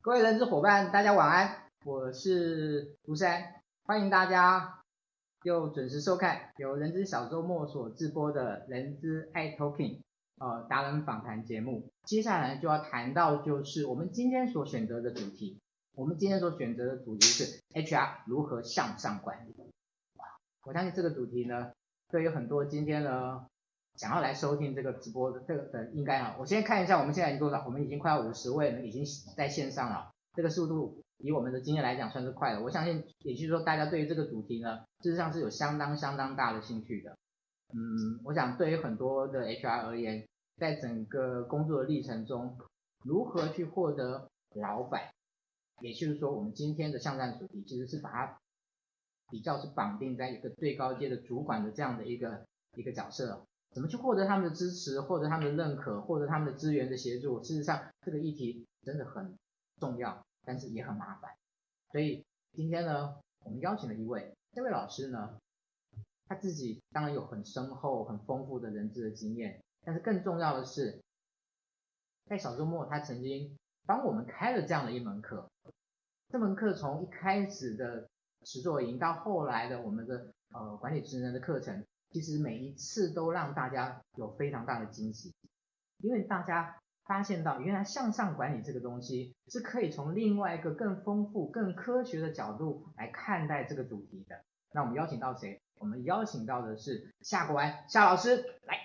各位人资伙伴，大家晚安，我是涂山，欢迎大家又准时收看由人资小周末所直播的人资爱 Talking 达人访谈节目。接下来就要谈到就是我们今天所选择的主题，我们今天所选择的主题是 HR 如何向上管理。我相信这个主题呢，对于很多今天呢想要来收听这个直播的应该我先看一下我们现在已经多少，我们已经快要50位了，已经在线上了，这个速度以我们的经验来讲算是快的。我相信也就是说大家对于这个主题呢事实上是有相当大的兴趣的。我想对于很多的 HR 而言，在整个工作的历程中，如何去获得老板，也就是说我们今天的向上主题其实是把它比较是绑定在一个最高阶的主管的这样的一个角色，怎么去获得他们的支持，获得他们的认可，获得他们的资源的协助。事实上这个议题真的很重要，但是也很麻烦。所以今天呢我们邀请了一位，这位老师呢他自己当然有很深厚很丰富的人资的经验，但是更重要的是在小周末他曾经帮我们开了这样的一门课。这门课从一开始的实作营到后来的我们的管理职能的课程，其实每一次都让大家有非常大的惊喜，因为大家发现到原来向上管理这个东西是可以从另外一个更丰富更科学的角度来看待这个主题的。那我们邀请到谁？我们邀请到的是夏国安夏老师来。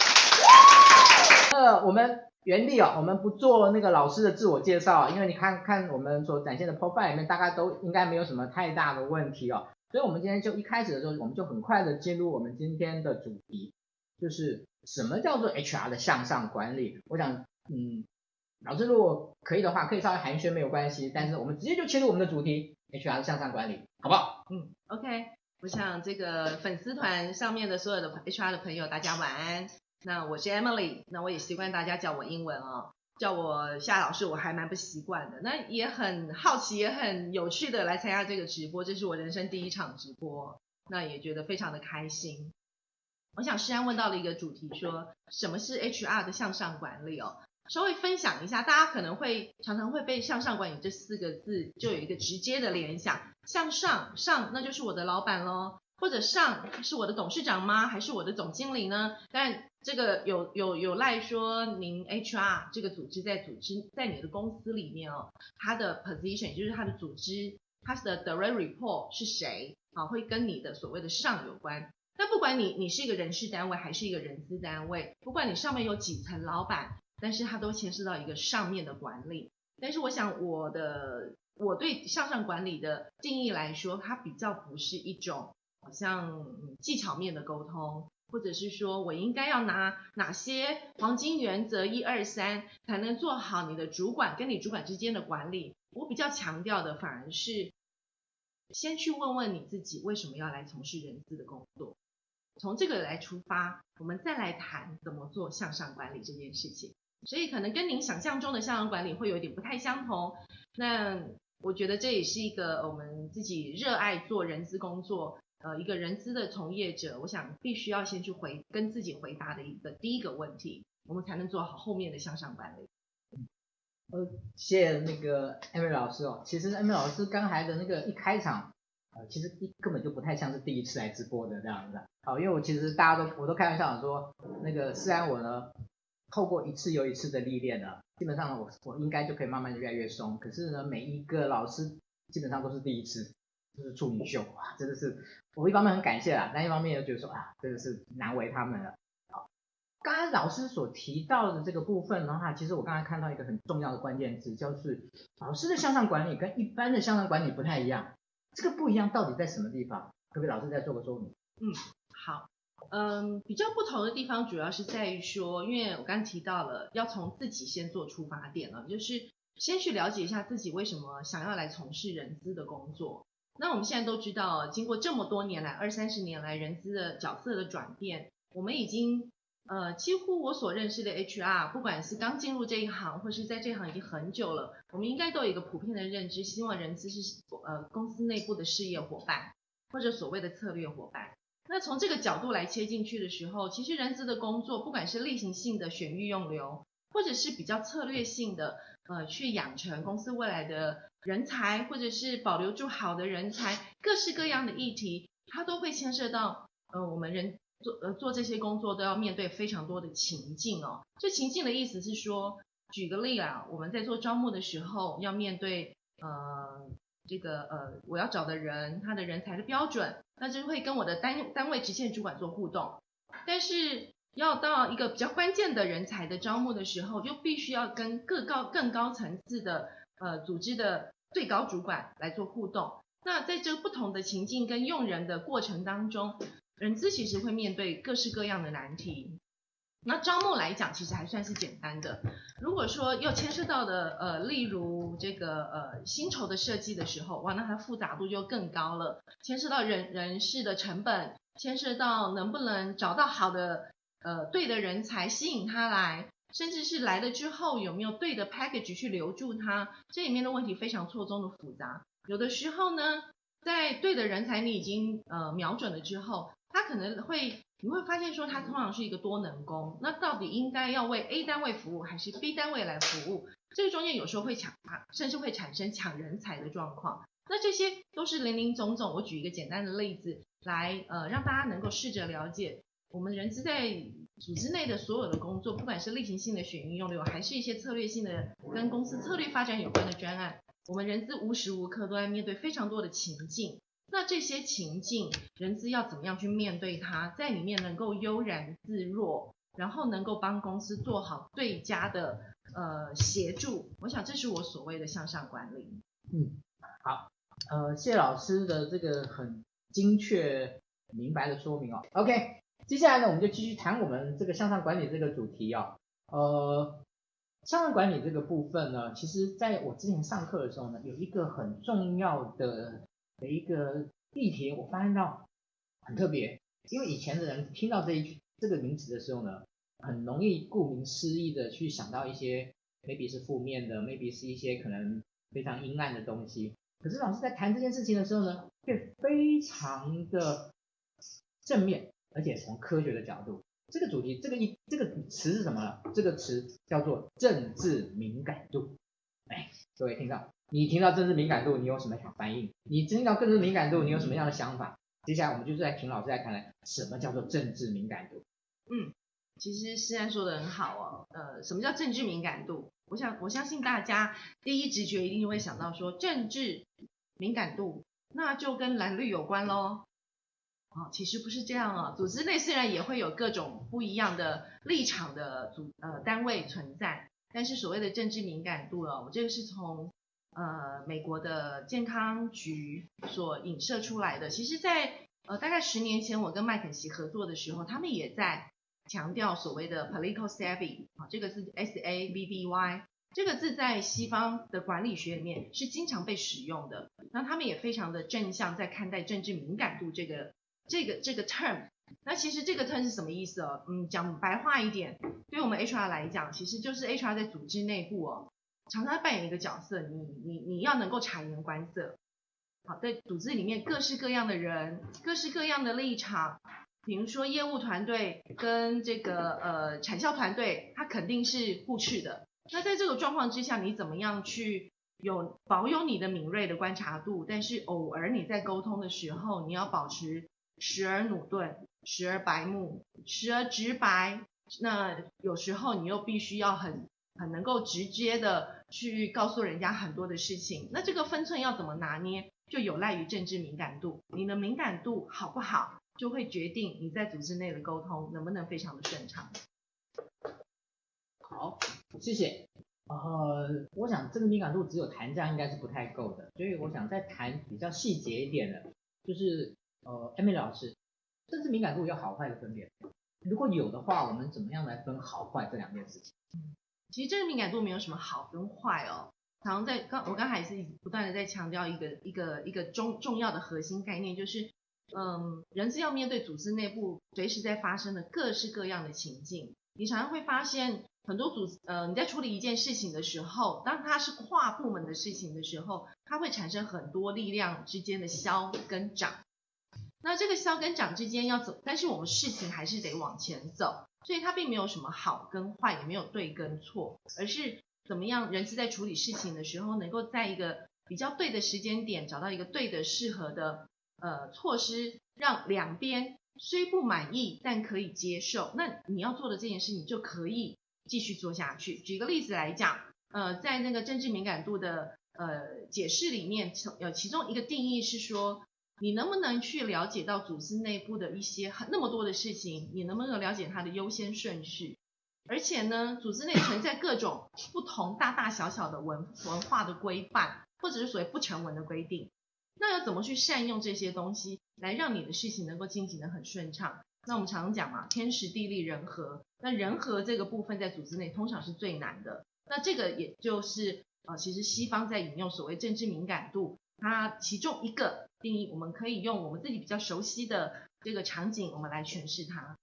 我们原地我们不做那个老师的自我介绍，因为你看我们所展现的 profile 里面大概都应该没有什么太大的问题所以我们今天就一开始的时候我们就很快的进入我们今天的主题，就是什么叫做 HR 的向上管理。我想老师如果可以的话可以稍微寒暄没有关系，但是我们直接就切入我们的主题 HR 的向上管理，好不好 ？OK， 我想这个粉丝团上面的所有的 HR 的朋友大家晚安。那我是 Emily， 那我也习惯大家叫我英文叫我夏老师我还蛮不习惯的，那也很好奇也很有趣的来参加这个直播，这是我人生第一场直播，那也觉得非常的开心。我想诗安问到了一个主题，说什么是 HR 的向上管理稍微分享一下，大家可能会常常会被向上管理这4个字就有一个直接的联想，向上那就是我的老板咯，或者上是我的董事长吗？还是我的总经理呢？但这个有赖说您 HR 这个组织在你的公司里面它的 position 就是它的组织，它的 direct report 是谁会跟你的所谓的上有关。但不管你是一个人事单位还是一个人资单位，不管你上面有几层老板，但是它都牵涉到一个上面的管理。但是我想我对向上管理的定义来说，它比较不是一种好像技巧面的沟通，或者是说我应该要拿哪些黄金原则1、2、3才能做好你的主管跟你主管之间的管理。我比较强调的反而是先去问问你自己为什么要来从事人资的工作，从这个来出发，我们再来谈怎么做向上管理这件事情。所以可能跟您想象中的向上管理会有点不太相同，那我觉得这也是一个我们自己热爱做人资工作一个人资的从业者，我想必须要先去跟自己回答的第一个问题，我们才能做好后面的向上管理。 谢谢那个 Emily 老师其实 Emily 老师刚才的那个一开场其实根本就不太像是第一次来直播的这样子因为我其实我都开玩笑说那个虽然我呢透过一次又一次的历练呢，基本上我应该就可以慢慢的越来越松，可是呢每一个老师基本上都是第一次，就是处女秀真的是我一方面很感谢但一方面又觉得说真的是难为他们了。刚才老师所提到的这个部分的话，其实我刚才看到一个很重要的关键字，就是老师的向上管理跟一般的向上管理不太一样，这个不一样到底在什么地方？可不可以老师再做个说明？ 好，比较不同的地方主要是在于说，因为我刚刚提到了要从自己先做出发点就是先去了解一下自己为什么想要来从事人资的工作。那我们现在都知道经过这么多年来20-30年来人资的角色的转变，我们已经几乎我所认识的 HR 不管是刚进入这一行或是在这一行已经很久了，我们应该都有一个普遍的认知，希望人资是公司内部的事业伙伴或者所谓的策略伙伴。那从这个角度来切进去的时候，其实人资的工作不管是例行性的选育用留，或者是比较策略性的去养成公司未来的人才，或者是保留住好的人才，各式各样的议题，它都会牵涉到我们人做这些工作都要面对非常多的情境哦。这情境的意思是说，举个例啊，我们在做招募的时候要面对我要找的人他的人才的标准，那就会跟我的单位直线主管做互动。但是要到一个比较关键的人才的招募的时候，又必须要跟更高层次的组织的最高主管来做互动。那在这不同的情境跟用人的过程当中，人资其实会面对各式各样的难题。那招募来讲，其实还算是简单的。如果说要牵涉到的例如这个薪酬的设计的时候，哇，那它复杂度就更高了，牵涉到人事的成本，牵涉到能不能找到好的对的人才吸引他来，甚至是来了之后有没有对的 package 去留住他，这里面的问题非常错综的复杂。有的时候呢，在对的人才你已经瞄准了之后，他可能你会发现说他通常是一个多能工，那到底应该要为 A 单位服务还是 B 单位来服务？这个中间有时候会甚至会产生抢人才的状况。那这些都是林林总总，我举一个简单的例子来让大家能够试着了解，我们人资在组织内的所有的工作，不管是例行性的选运用流，还是一些策略性的跟公司策略发展有关的专案，我们人资无时无刻都在面对非常多的情境。那这些情境，人资要怎么样去面对它，在里面能够悠然自若，然后能够帮公司做好最佳的协助，我想这是我所谓的向上管理。 好，谢老师的这个很精确明白的说明哦。OK， 接下来呢，我们就继续谈我们这个向上管理这个主题哦。向上管理这个部分呢，其实在我之前上课的时候呢，有一个很重要的一个议题，我发现到很特别，因为以前的人听到这个名词的时候呢，很容易顾名思义的去想到一些 maybe 是负面的 ，maybe 是一些可能非常阴暗的东西。可是老师在谈这件事情的时候呢，却非常的正面，而且从科学的角度。这个主题，这个词是什么呢？这个词叫做政治敏感度。各位听到，你听到政治敏感度，你有什么反应？你听到政治敏感度，你有什么样的想法？接下来我们就是来请老师来谈谈什么叫做政治敏感度。 其实诗安说的很好哦。什么叫政治敏感度？我相信大家第一直觉一定会想到说政治敏感度，那就跟蓝绿有关咯。其实不是这样哦。组织内虽然也会有各种不一样的立场的单位存在，但是所谓的政治敏感度我这个是从美国的健康局所影射出来的。其实在大概10年前，我跟麦肯锡合作的时候，他们也在强调所谓的 political savvy， 这个是 SAVVY， 这个字在西方的管理学里面是经常被使用的。那他们也非常的正向在看待政治敏感度这个 term。那其实这个 term 是什么意思哦？讲白话一点，对我们 HR 来讲，其实就是 HR 在组织内部常常扮演一个角色，你要能够察言观色。好，在组织里面各式各样的人，各式各样的立场，比如说业务团队跟这个产销团队，它肯定是互斥的。那在这个状况之下，你怎么样去保有你的敏锐的观察度，但是偶尔你在沟通的时候，你要保持时而驽钝，时而白目，时而直白。那有时候你又必须要很能够直接的去告诉人家很多的事情。那这个分寸要怎么拿捏，就有赖于政治敏感度。你的敏感度好不好，就会决定你在组织内的沟通能不能非常的顺畅。 好，谢谢。我想这个敏感度只有谈这样应该是不太够的，所以我想再谈比较细节一点的，就是Emily 老师，政治敏感度有好坏的分别，如果有的话，我们怎么样来分好坏这两件事情？ 其实政治敏感度没有什么好跟坏哦。常常我刚才是不断的在强调一个重要的核心概念，就是人是要面对组织内部随时在发生的各式各样的情境。你常常会发现很多你在处理一件事情的时候，当它是跨部门的事情的时候，它会产生很多力量之间的消跟长。那这个消跟长之间要走，但是我们事情还是得往前走，所以它并没有什么好跟坏，也没有对跟错，而是怎么样人资在处理事情的时候，能够在一个比较对的时间点找到一个对的适合的措施，让两边虽不满意但可以接受，那你要做的这件事情就可以继续做下去。举个例子来讲，在那个政治敏感度的解释里面，其中一个定义是说，你能不能去了解到组织内部的一些那么多的事情，你能不能了解它的优先顺序？而且呢，组织内存在各种不同大大小小的文化的规范，或者是所谓不成文的规定。那要怎么去善用这些东西，来让你的事情能够进行得很顺畅？那我们常常讲嘛，天时地利人和。那人和这个部分在组织内通常是最难的。那这个也就是其实西方在引用所谓政治敏感度，它其中一个定义，我们可以用我们自己比较熟悉的这个场景，我们来诠释它。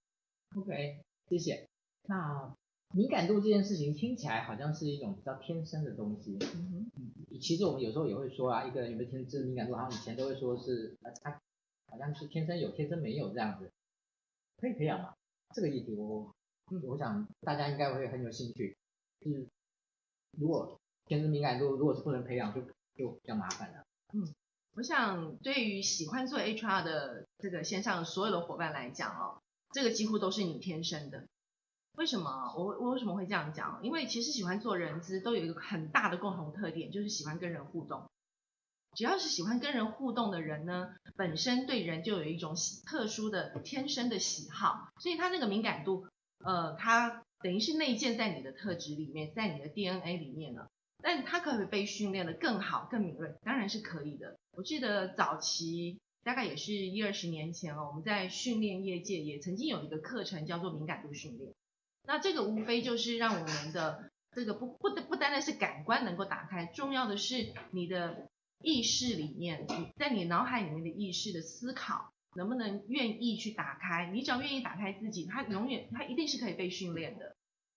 OK， 谢谢。那敏感度这件事情听起来好像是一种比较天生的东西。其实我们有时候也会说啊，一个人有没有天生敏感度，好像以前都会说是他好像是天生有，天生没有这样子，可以培养吗？这个议题我想大家应该会很有兴趣。就是如果天生敏感度如果是不能培养，就比较麻烦了。 我想对于喜欢做 HR 的这个线上所有的伙伴来讲这个几乎都是你天生的。为什么？我为什么会这样讲？因为其实喜欢做人资都有一个很大的共同特点，就是喜欢跟人互动。只要是喜欢跟人互动的人呢，本身对人就有一种特殊的天生的喜好，所以他那个敏感度，它等于是内建在你的特质里面，在你的 DNA 里面了。但它可不可以被训练得更好、更敏锐？当然是可以的。我记得早期大概也是10-20年前我们在训练业界也曾经有一个课程叫做敏感度训练。那这个无非就是让我们的这个不单单是感官能够打开，重要的是你的意识里面，在你脑海里面的意识的思考，能不能愿意去打开？你只要愿意打开自己，它一定是可以被训练的。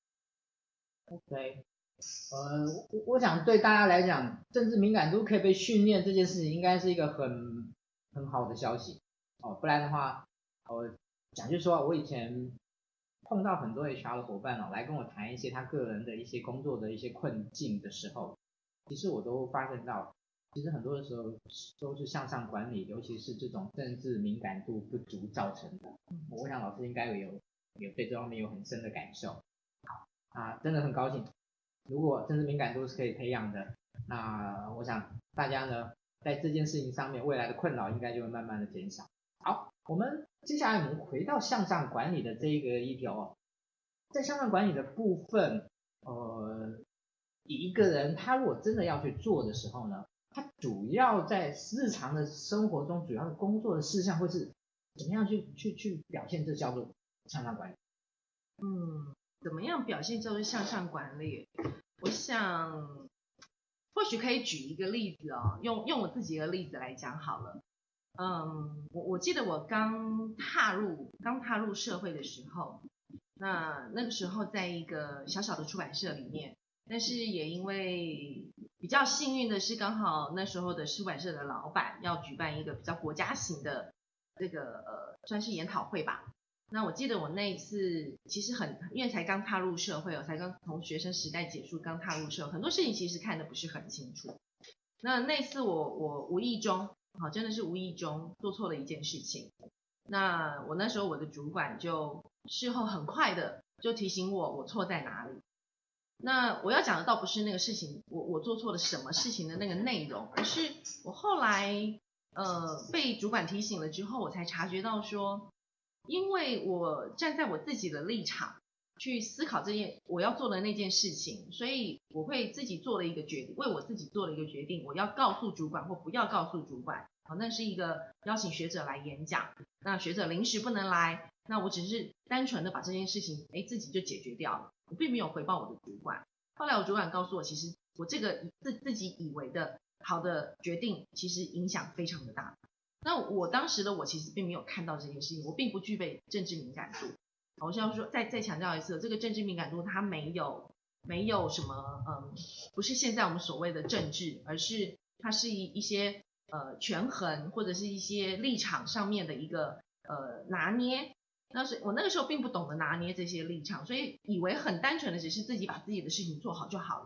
OK， 我想对大家来讲，政治敏感度可以被训练这件事情，应该是一个很好的消息不然的话，讲就是说我以前碰到很多 HR 的伙伴来跟我谈一些他个人的一些工作的一些困境的时候，其实我都发现到，其实很多的时候都是向上管理，尤其是这种政治敏感度不足造成的。我想老师应该有对这方面有很深的感受。好真的很高兴，如果政治敏感度是可以培养的，那我想大家呢在这件事情上面未来的困扰应该就会慢慢的减少。好，我们接下来我们回到向上管理的这个议题在向上管理的部分，一个人他如果真的要去做的时候呢，他主要在日常的生活中主要的工作的事项会是怎么样去表现，这叫做向上管理。 怎么样表现叫做向上管理？我想或许可以举一个例子用我自己的例子来讲好了。我记得我刚踏入社会的时候，那个时候在一个小小的出版社里面，但是也因为比较幸运的是，刚好那时候的出版社的老板要举办一个比较国家型的这个算是研讨会吧。那我记得我那一次其实因为才刚踏入社会才刚从学生时代结束，刚踏入社会，很多事情其实看得不是很清楚。那次我无意中真的是无意中做错了一件事情。那我那时候我的主管就事后很快的就提醒我错在哪里。那我要讲的倒不是那个事情我做错了什么事情的那个内容，而是我后来被主管提醒了之后，我才察觉到说，因为我站在我自己的立场去思考我要做的那件事情，所以我会自己做了一个决定，为我自己做了一个决定，我要告诉主管或不要告诉主管。那是一个邀请学者来演讲，那学者临时不能来，那我只是单纯的把这件事情自己就解决掉了，我并没有回报我的主管。后来我主管告诉我，其实我这个自己以为的好的决定，其实影响非常的大。那我当时的我其实并没有看到这件事情，我并不具备政治敏感度。我是要说再强调一次，这个政治敏感度它没有什么不是现在我们所谓的政治，而是它是一些权衡或者是一些立场上面的一个拿捏。那是我那个时候并不懂得拿捏这些立场，所以以为很单纯的只是自己把自己的事情做好就好了。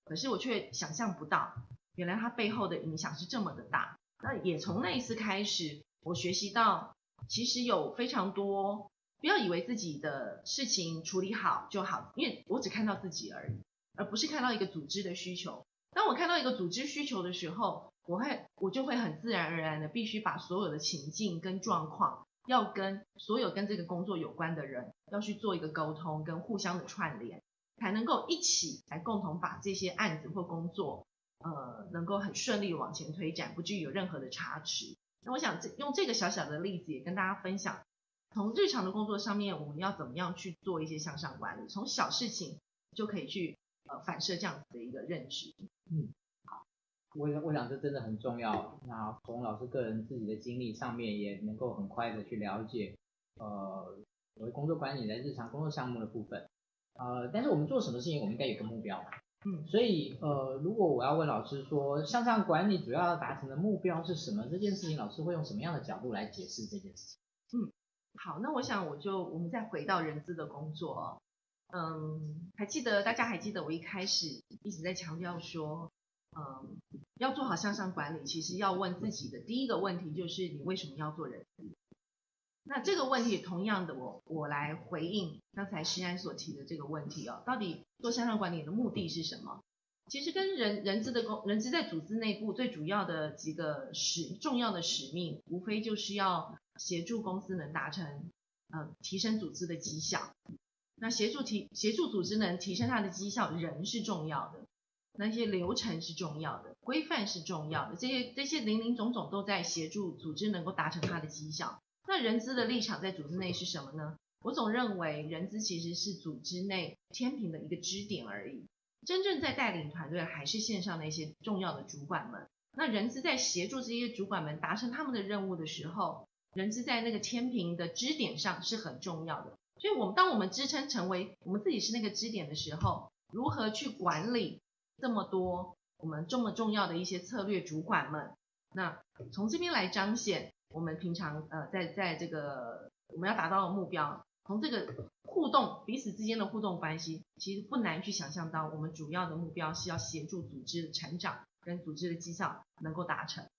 可是我却想象不到，原来它背后的影响是这么的大。那也从那一次开始，我学习到其实有非常多，不要以为自己的事情处理好就好，因为我只看到自己而已，而不是看到一个组织的需求。当我看到一个组织需求的时候，我就会很自然而然的必须把所有的情境跟状况，要跟所有跟这个工作有关的人要去做一个沟通跟互相的串联，才能够一起来共同把这些案子或工作能够很顺利往前推展，不至于有任何的差池。那我想用这个小小的例子也跟大家分享，从日常的工作上面我们要怎么样去做一些向上管理，从小事情就可以去反射这样子的一个认知。 好，我想这真的很重要。那从老师个人自己的经历上面，也能够很快的去了解所谓工作管理在日常工作项目的部分。但是我们做什么事情，我们应该有个目标。所以如果我要问老师说向上管理主要达成的目标是什么，这件事情老师会用什么样的角度来解释这件事情？ 好，那我想我们再回到人资的工作。大家还记得我一开始一直在强调说，要做好向上管理，其实要问自己的第一个问题就是你为什么要做人资？那这个问题同样的我来回应刚才诗安所提的这个问题到底做向上管理的目的是什么？其实跟人资在组织内部最主要的几个重要的使命，无非就是要协助公司能达成提升组织的绩效。那协助组织能提升它的绩效，人是重要的，那些流程是重要的，规范是重要的，这些林林总总都在协助组织能够达成它的绩效。那人资的立场在组织内是什么呢？我总认为人资其实是组织内天平的一个支点而已，真正在带领团队还是线上的一些重要的主管们。那人资在协助这些主管们达成他们的任务的时候，人资在那个天平的支点上是很重要的。所以当我们支撑成为我们自己是那个支点的时候，如何去管理这么多我们这么重要的一些策略主管们，那从这边来彰显我们平常在这个我们要达到的目标，从这个彼此之间的互动关系，其实不难去想象到我们主要的目标是要协助组织的成长跟组织的绩效能够达成。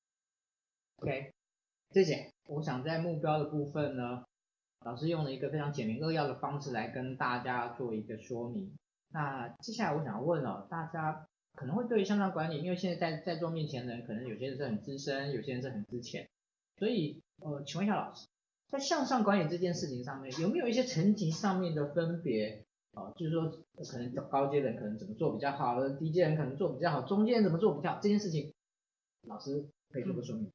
OK， 谢谢。我想在目标的部分呢，老师用了一个非常简明扼要的方式来跟大家做一个说明。那接下来我想问大家可能会对于向上管理，因为现在在座面前的人，可能有些人是很资深，有些人是很资浅，所以请问一下老师，在向上管理这件事情上面，有没有一些层级上面的分别？就是说可能高阶人可能怎么做比较好，低阶人可能做比较好，中间人怎么做比较好，这件事情老师可以做个说明。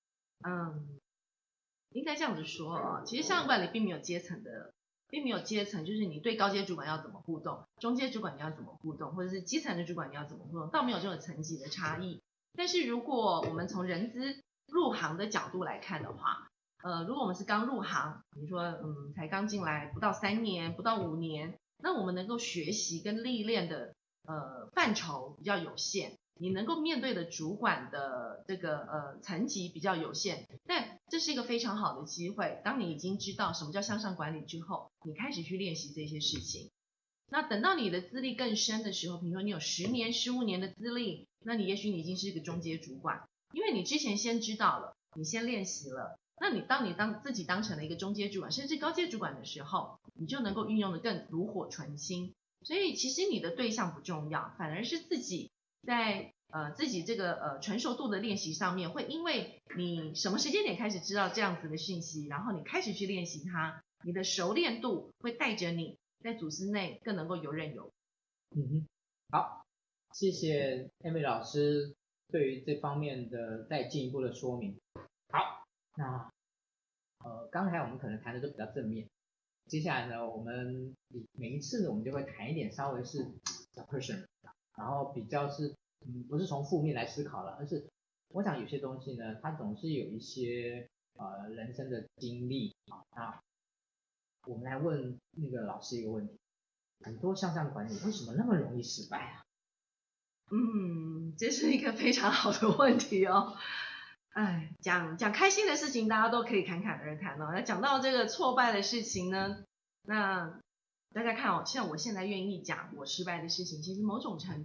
应该这样子说其实向上管理并没有阶层，就是你对高阶主管要怎么互动，中阶主管你要怎么互动，或者是基层的主管你要怎么互动，倒没有这种层级的差异。但是如果我们从人资入行的角度来看的话，如果我们是刚入行，比如说才刚进来不到3年不到5年，那我们能够学习跟历练的范畴比较有限，你能够面对的主管的这个层级比较有限，但这是一个非常好的机会。当你已经知道什么叫向上管理之后，你开始去练习这些事情。那等到你的资历更深的时候，比如说你有10年15年的资历，那你也许你已经是一个中阶主管，因为你之前先知道了，你先练习了。那你当自己当成了一个中阶主管甚至高阶主管的时候，你就能够运用的更炉火纯青。所以其实你的对象不重要，反而是自己在自己这个成熟度的练习上面，会因为你什么时间点开始知道这样子的讯息，然后你开始去练习它，你的熟练度会带着你在组织内更能够游刃有余。 好，谢谢 Emily 老师对于这方面的再进一步的说明。好，那刚才我们可能谈的都比较正面，接下来呢，我们每一次呢，我们就会谈一点稍微是比较 personal， 然后比较是不是从负面来思考了，而是我想有些东西呢，它总是有一些人生的经历那我们来问那个老师一个问题，很多向上管理为什么那么容易失败啊？ 这是一个非常好的问题讲开心的事情大家都可以侃侃而谈那讲到这个挫败的事情呢，那大家看像我现在愿意讲我失败的事情，其实某种程度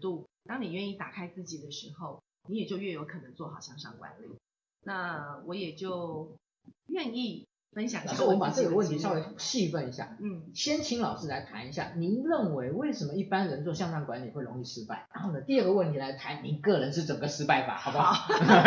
当你愿意打开自己的时候，你也就越有可能做好向上管理。那我也就愿意分享一下。 老师，我们把这个问题稍微细分一下。先请老师来谈一下，您认为为什么一般人做向上管理会容易失败？然后呢，第二个问题来谈您个人是整个失败法，好不好？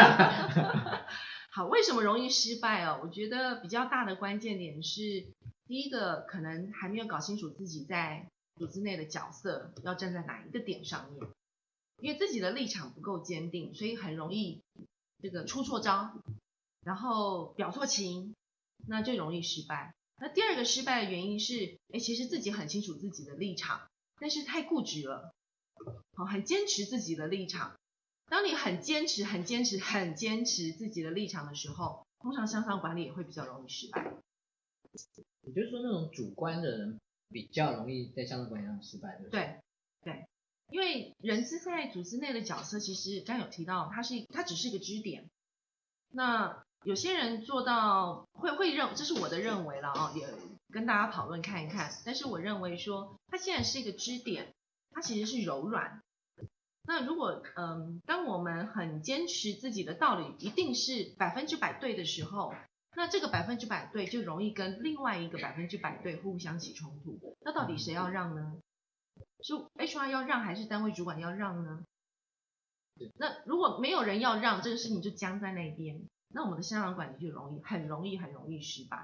好，为什么容易失败哦？我觉得比较大的关键点是，第一个可能还没有搞清楚自己在组织内的角色要站在哪一个点上面，因为自己的立场不够坚定，所以很容易这个出错招，然后表错情，那就容易失败。那第二个失败的原因是，其实自己很清楚自己的立场，但是太固执了，很坚持自己的立场。当你很坚持自己的立场的时候，通常向上管理也会比较容易失败。 也就是说，那种主观的人比较容易在向上管理上失败，对不对？ 对，因为人资在组织内的角色，其实刚有提到，它只是一个支点。那有些人做到会认，这是我的认为了啊，也跟大家讨论看一看。但是我认为说，它既然是一个支点，它其实是柔软。那如果当我们很坚持自己的道理一定是100%对的时候，那这个100%对就容易跟另外一个100%对互相起冲突。那到底谁要让呢？是 HR 要让还是单位主管要让呢？那如果没有人要让，这个事情就僵在那边，那我们的向上管理就很容易失败。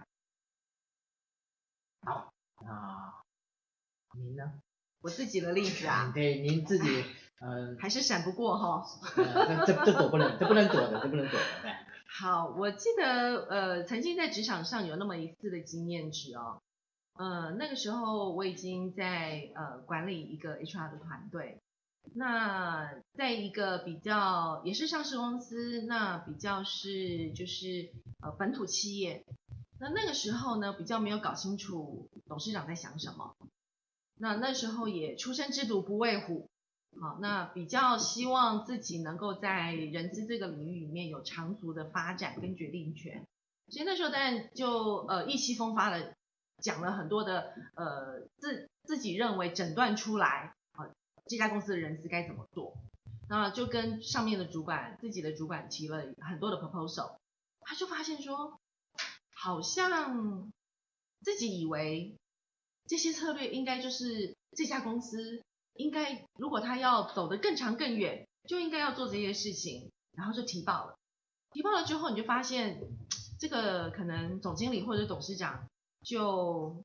好，那您呢？ 我自己的例子啊， 对，您自己还是闪不过哈。 这不能躲的。对。 好，我记得曾经在职场上有那么一次的经验值哦。那个时候我已经在管理一个 HR 的团队，那在一个比较也是上市公司，那比较是就是本土企业，那个时候呢比较没有搞清楚董事长在想什么，那时候也初生之犊不畏虎，好，那比较希望自己能够在人资这个领域里面有长足的发展跟决定权，所以那时候当然就意气风发的讲了很多的自己认为诊断出来这家公司的人资该怎么做，那就跟上面的自己的主管提了很多的 proposal， 他就发现说好像自己以为这些策略应该就是这家公司应该如果他要走得更长更远，就应该要做这些事情，然后就提报了之后，你就发现这个可能总经理或者董事长就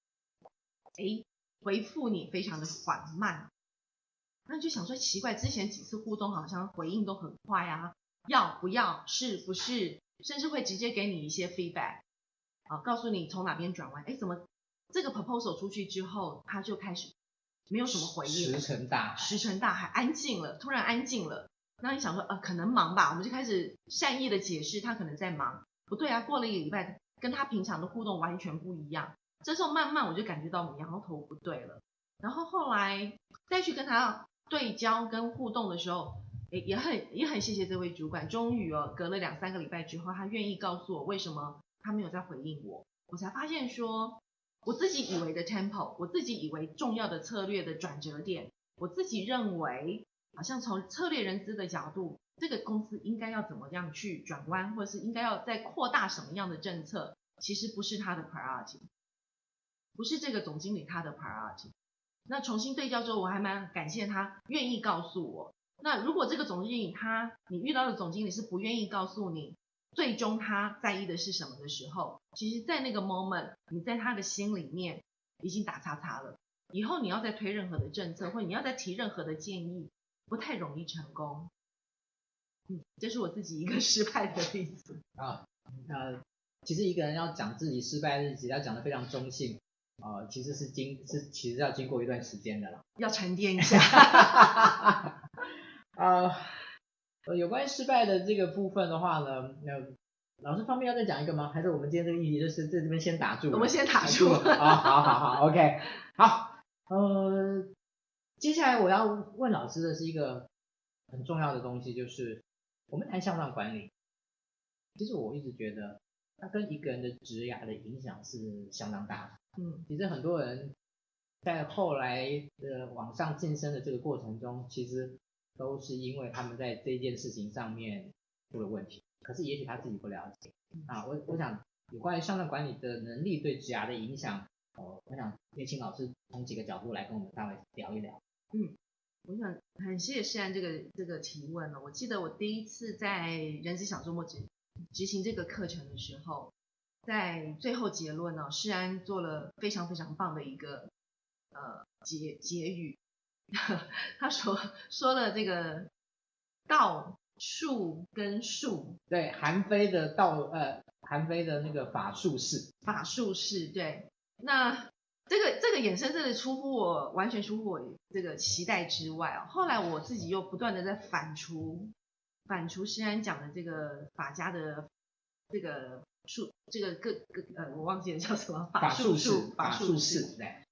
回复你非常的缓慢，那你就想说奇怪，之前几次互动好像回应都很快啊，要不要，是不是，甚至会直接给你一些 feedback， 告诉你从哪边转弯，怎么这个 proposal 出去之后，他就开始没有什么回应，石沉大海，安静了，突然安静了。那你想说可能忙吧，我们就开始善意的解释他可能在忙，不对啊，过了1个礼拜跟他平常的互动完全不一样，这时候慢慢我就感觉到苗头不对了，然后后来再去跟他对焦跟互动的时候，也很谢谢这位主管，终于隔了2-3个礼拜之后，他愿意告诉我为什么他没有再回应我，我才发现说我自己以为的 tempo， 我自己以为重要的策略的转折点，我自己认为好像从策略人资的角度，这个公司应该要怎么样去转弯，或者是应该要再扩大什么样的政策，其实不是他的 priority， 不是这个总经理他的 priority。 那重新对焦之后，我还蛮感谢他愿意告诉我，那如果这个总经理你遇到的总经理是不愿意告诉你最终他在意的是什么的时候，其实在那个 moment 你在他的心里面已经打叉叉了，以后你要再推任何的政策，或者你要再提任何的建议，不太容易成功。这是我自己一个失败的例子其实一个人要讲自己失败的日子，要讲得非常中性其实要经过一段时间的啦， 要沉淀一下有关于失败的这个部分的话呢，老师方便要再讲一个吗？还是我们今天这个议题就是在这边先打住了？ 我们先打住好 OK 好接下来我要问老师的是一个很重要的东西，就是我们谈向上管理，其实我一直觉得它跟一个人的职涯的影响是相当大的。其实很多人在后来往上晋升的这个过程中，其实都是因为他们在这件事情上面出了问题，可是也许他自己不了解。我想有关于向上管理的能力对职涯的影响，我想叶青老师从几个角度来跟我们稍微聊一聊。 我想很谢谢诗安这个提问了。我记得我第一次在人资小周末执行这个课程的时候，在最后结论呢，诗安做了非常非常棒的一个结语。他说了这个道术跟术， 对，韩非的那个法术式， 对。那这个衍生真的完全出乎我这个期待之外哦。后来我自己又不断的在反刍诗安讲的这个法家的这个这个我忘记了叫什么法术式， 对。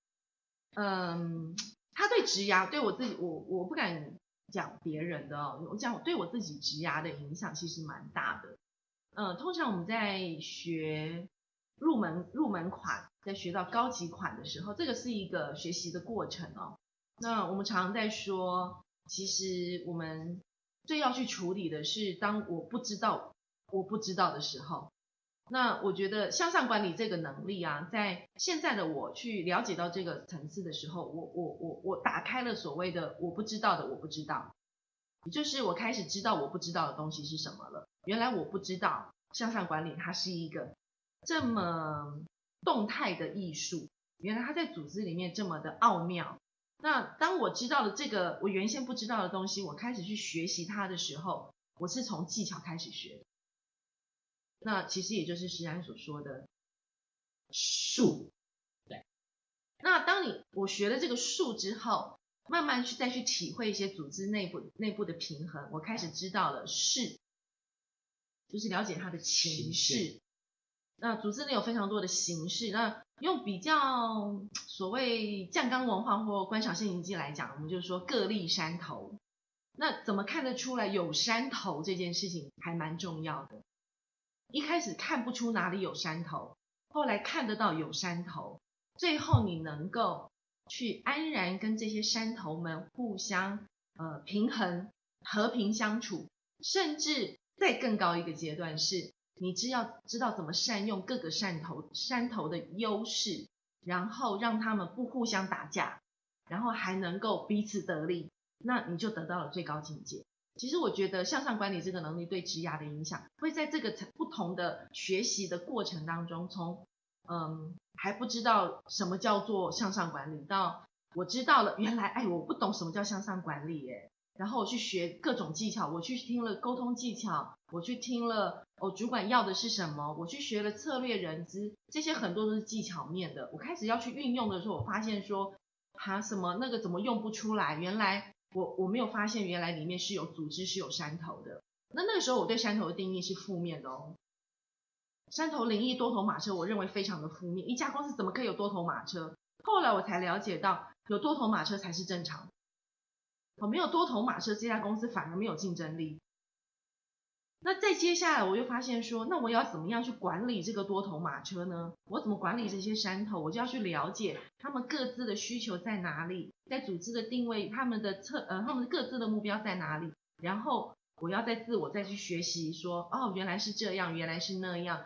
他对职涯，对我自己，我不敢讲别人的哦，我讲对我自己职涯的影响其实蛮大的。通常我们在学入门款，在学到高级款的时候，这个是一个学习的过程哦。那我们常常在说，其实我们最要去处理的是，当我不知道的时候。那我觉得向上管理这个能力啊，在现在的我去了解到这个层次的时候，我打开了所谓的我不知道的我不知道，也就是我开始知道我不知道的东西是什么了。原来我不知道向上管理它是一个这么动态的艺术，原来它在组织里面这么的奥妙。那当我知道了这个我原先不知道的东西，我开始去学习它的时候，我是从技巧开始学的。那其实也就是诗安所说的术，对。那当我学了这个术之后，慢慢再去体会一些组织内部的平衡，我开始知道了势，就是了解它的情势。那组织里有非常多的形式，那用比较所谓酱缸文化或观赏性营记来讲，我们就说各立山头。那怎么看得出来有山头这件事情还蛮重要的。一开始看不出哪里有山头，后来看得到有山头，最后你能够去安然跟这些山头们互相平衡和平相处，甚至再更高一个阶段是你知道怎么善用各个山头的优势，然后让他们不互相打架，然后还能够彼此得利，那你就得到了最高境界。其实我觉得向上管理这个能力对职涯的影响，会在这个不同的学习的过程当中，从还不知道什么叫做向上管理，到我知道了原来我不懂什么叫向上管理耶，然后我去学各种技巧，我去听了沟通技巧，我去听了主管要的是什么，我去学了策略人资，这些很多都是技巧面的。我开始要去运用的时候，我发现说什么那个怎么用不出来，原来我没有发现原来里面是有组织是有山头的。那个时候我对山头的定义是负面的哦。山头灵异多头马车，我认为非常的负面。一家公司怎么可以有多头马车？后来我才了解到，有多头马车才是正常。没有多头马车，这家公司反而没有竞争力。那再接下来我又发现说，那我要怎么样去管理这个多头马车呢？我怎么管理这些山头？我就要去了解他们各自的需求在哪里，在组织的定位，他们各自的目标在哪里，然后我要再去学习说，原来是这样，原来是那样，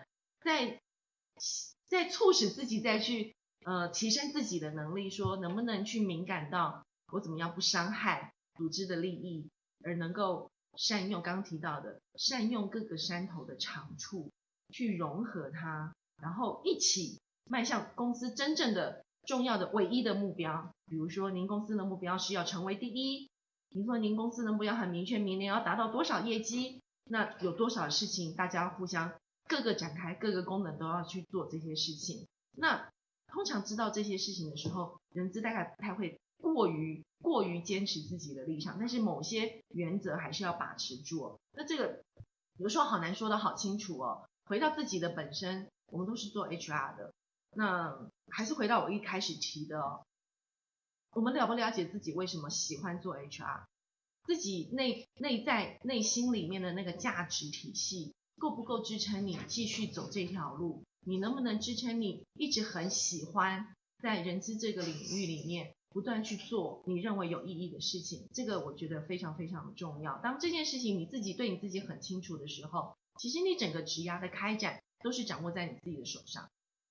再促使自己再去提升自己的能力，说能不能去敏感到我怎么样不伤害组织的利益，而能够善用刚刚提到的善用各个山头的长处去融合它，然后一起迈向公司真正的重要的唯一的目标。比如说您公司的目标是要成为第一，您说您公司的目标很明确，明年要达到多少业绩，那有多少事情大家互相各个展开，各个功能都要去做这些事情。那通常知道这些事情的时候，人资大概不太会过于坚持自己的立场，但是某些原则还是要把持住哦。那这个有时候好难说得好清楚哦。回到自己的本身，我们都是做 HR 的，那还是回到我一开始提的哦。我们了不了解自己为什么喜欢做 HR？ 自己内心里面的那个价值体系够不够支撑你继续走这条路？你能不能支撑你一直很喜欢在人资这个领域里面不断去做你认为有意义的事情，这个我觉得非常非常的重要。当这件事情你自己对你自己很清楚的时候，其实你整个职涯的开展都是掌握在你自己的手上。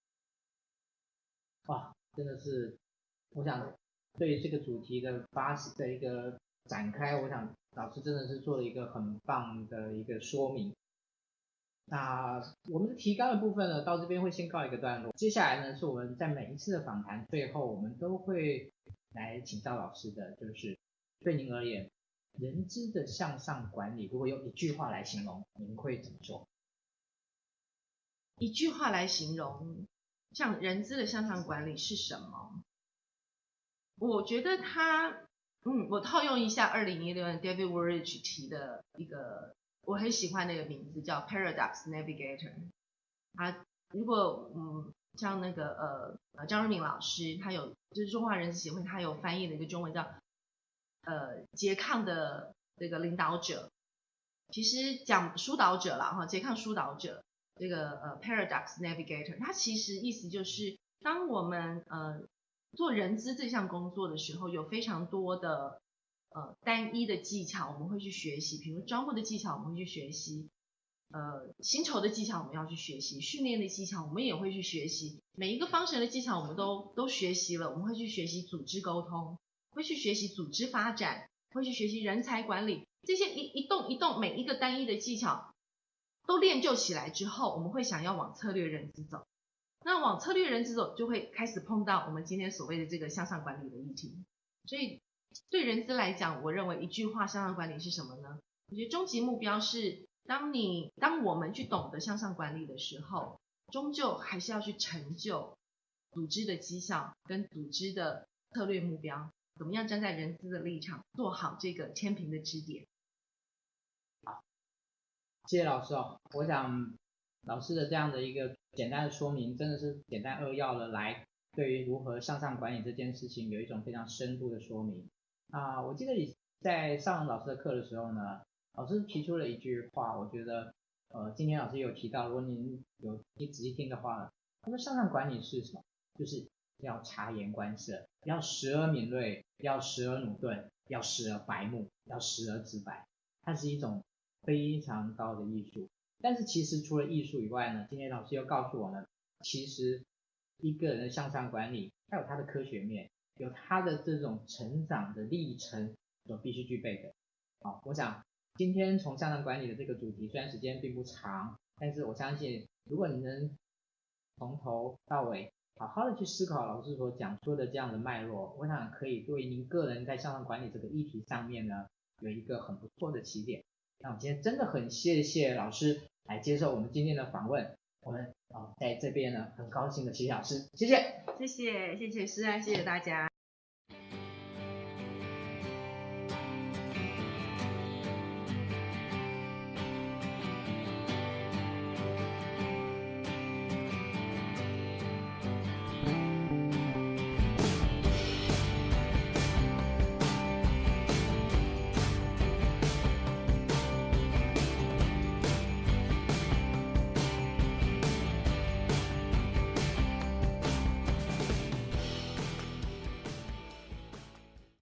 哇，真的是，我想对于这个主题的一个展开，我想老师真的是做了一个很棒的一个说明。那我们的提纲的部分呢，到这边会先告一个段落。接下来呢，是我们在每一次的访谈最后，我们都会来请教老师的，就是对您而言，人资的向上管理，如果用一句话来形容，您会怎么说？ 一句话来形容，像人资的向上管理是什么？我觉得我套用一下2016年 David Wooldridge 提的一个我很喜欢的一个名字，叫 Paradox Navigator。如果像那个张瑞敏老师，他有就是中华人资协会，他有翻译的一个中文叫拮抗的这个领导者，其实讲疏导者啦哈，拮抗疏导者这个Paradox Navigator， 它其实意思就是当我们做人资这项工作的时候，有非常多的单一的技巧我们会去学习，比如招募的技巧我们会去学习，薪酬的技巧我们要去学习，训练的技巧我们也会去学习，每一个方程的技巧我们都学习了，我们会去学习组织沟通，会去学习组织发展，会去学习人才管理，这些一动每一个单一的技巧都练就起来之后，我们会想要往策略人资走。那往策略人资走，就会开始碰到我们今天所谓的这个向上管理的议题。所以对人资来讲，我认为一句话向上管理是什么呢？我觉得终极目标是，当我们去懂得向上管理的时候，终究还是要去成就组织的绩效跟组织的策略目标，怎么样站在人资的立场，做好这个天平的支点。 好，谢谢老师哦。我想老师的这样的一个简单的说明，真的是简单扼要的来对于如何向上管理这件事情有一种非常深度的说明。我记得在上老师的课的时候呢，老师提出了一句话，我觉得今天老师也有提到，如果您仔细听的话，他说向上管理是什么？就是要察言观色，要时而敏锐，要时而驽钝，要时而白目，要时而直白。它是一种非常高的艺术。但是其实除了艺术以外呢，今天老师又告诉我们，其实一个人的向上管理，它有它的科学面，有它的这种成长的历程所必须具备的。好，我想今天从向上管理的这个主题，虽然时间并不长，但是我相信如果你能从头到尾好好的去思考老师所讲说的这样的脉络，我想可以对您个人在向上管理这个议题上面呢，有一个很不错的起点。那我今天真的很谢谢老师来接受我们今天的访问，我们在这边呢很高兴的谢谢老师，谢谢， 谢谢施安，谢谢大家。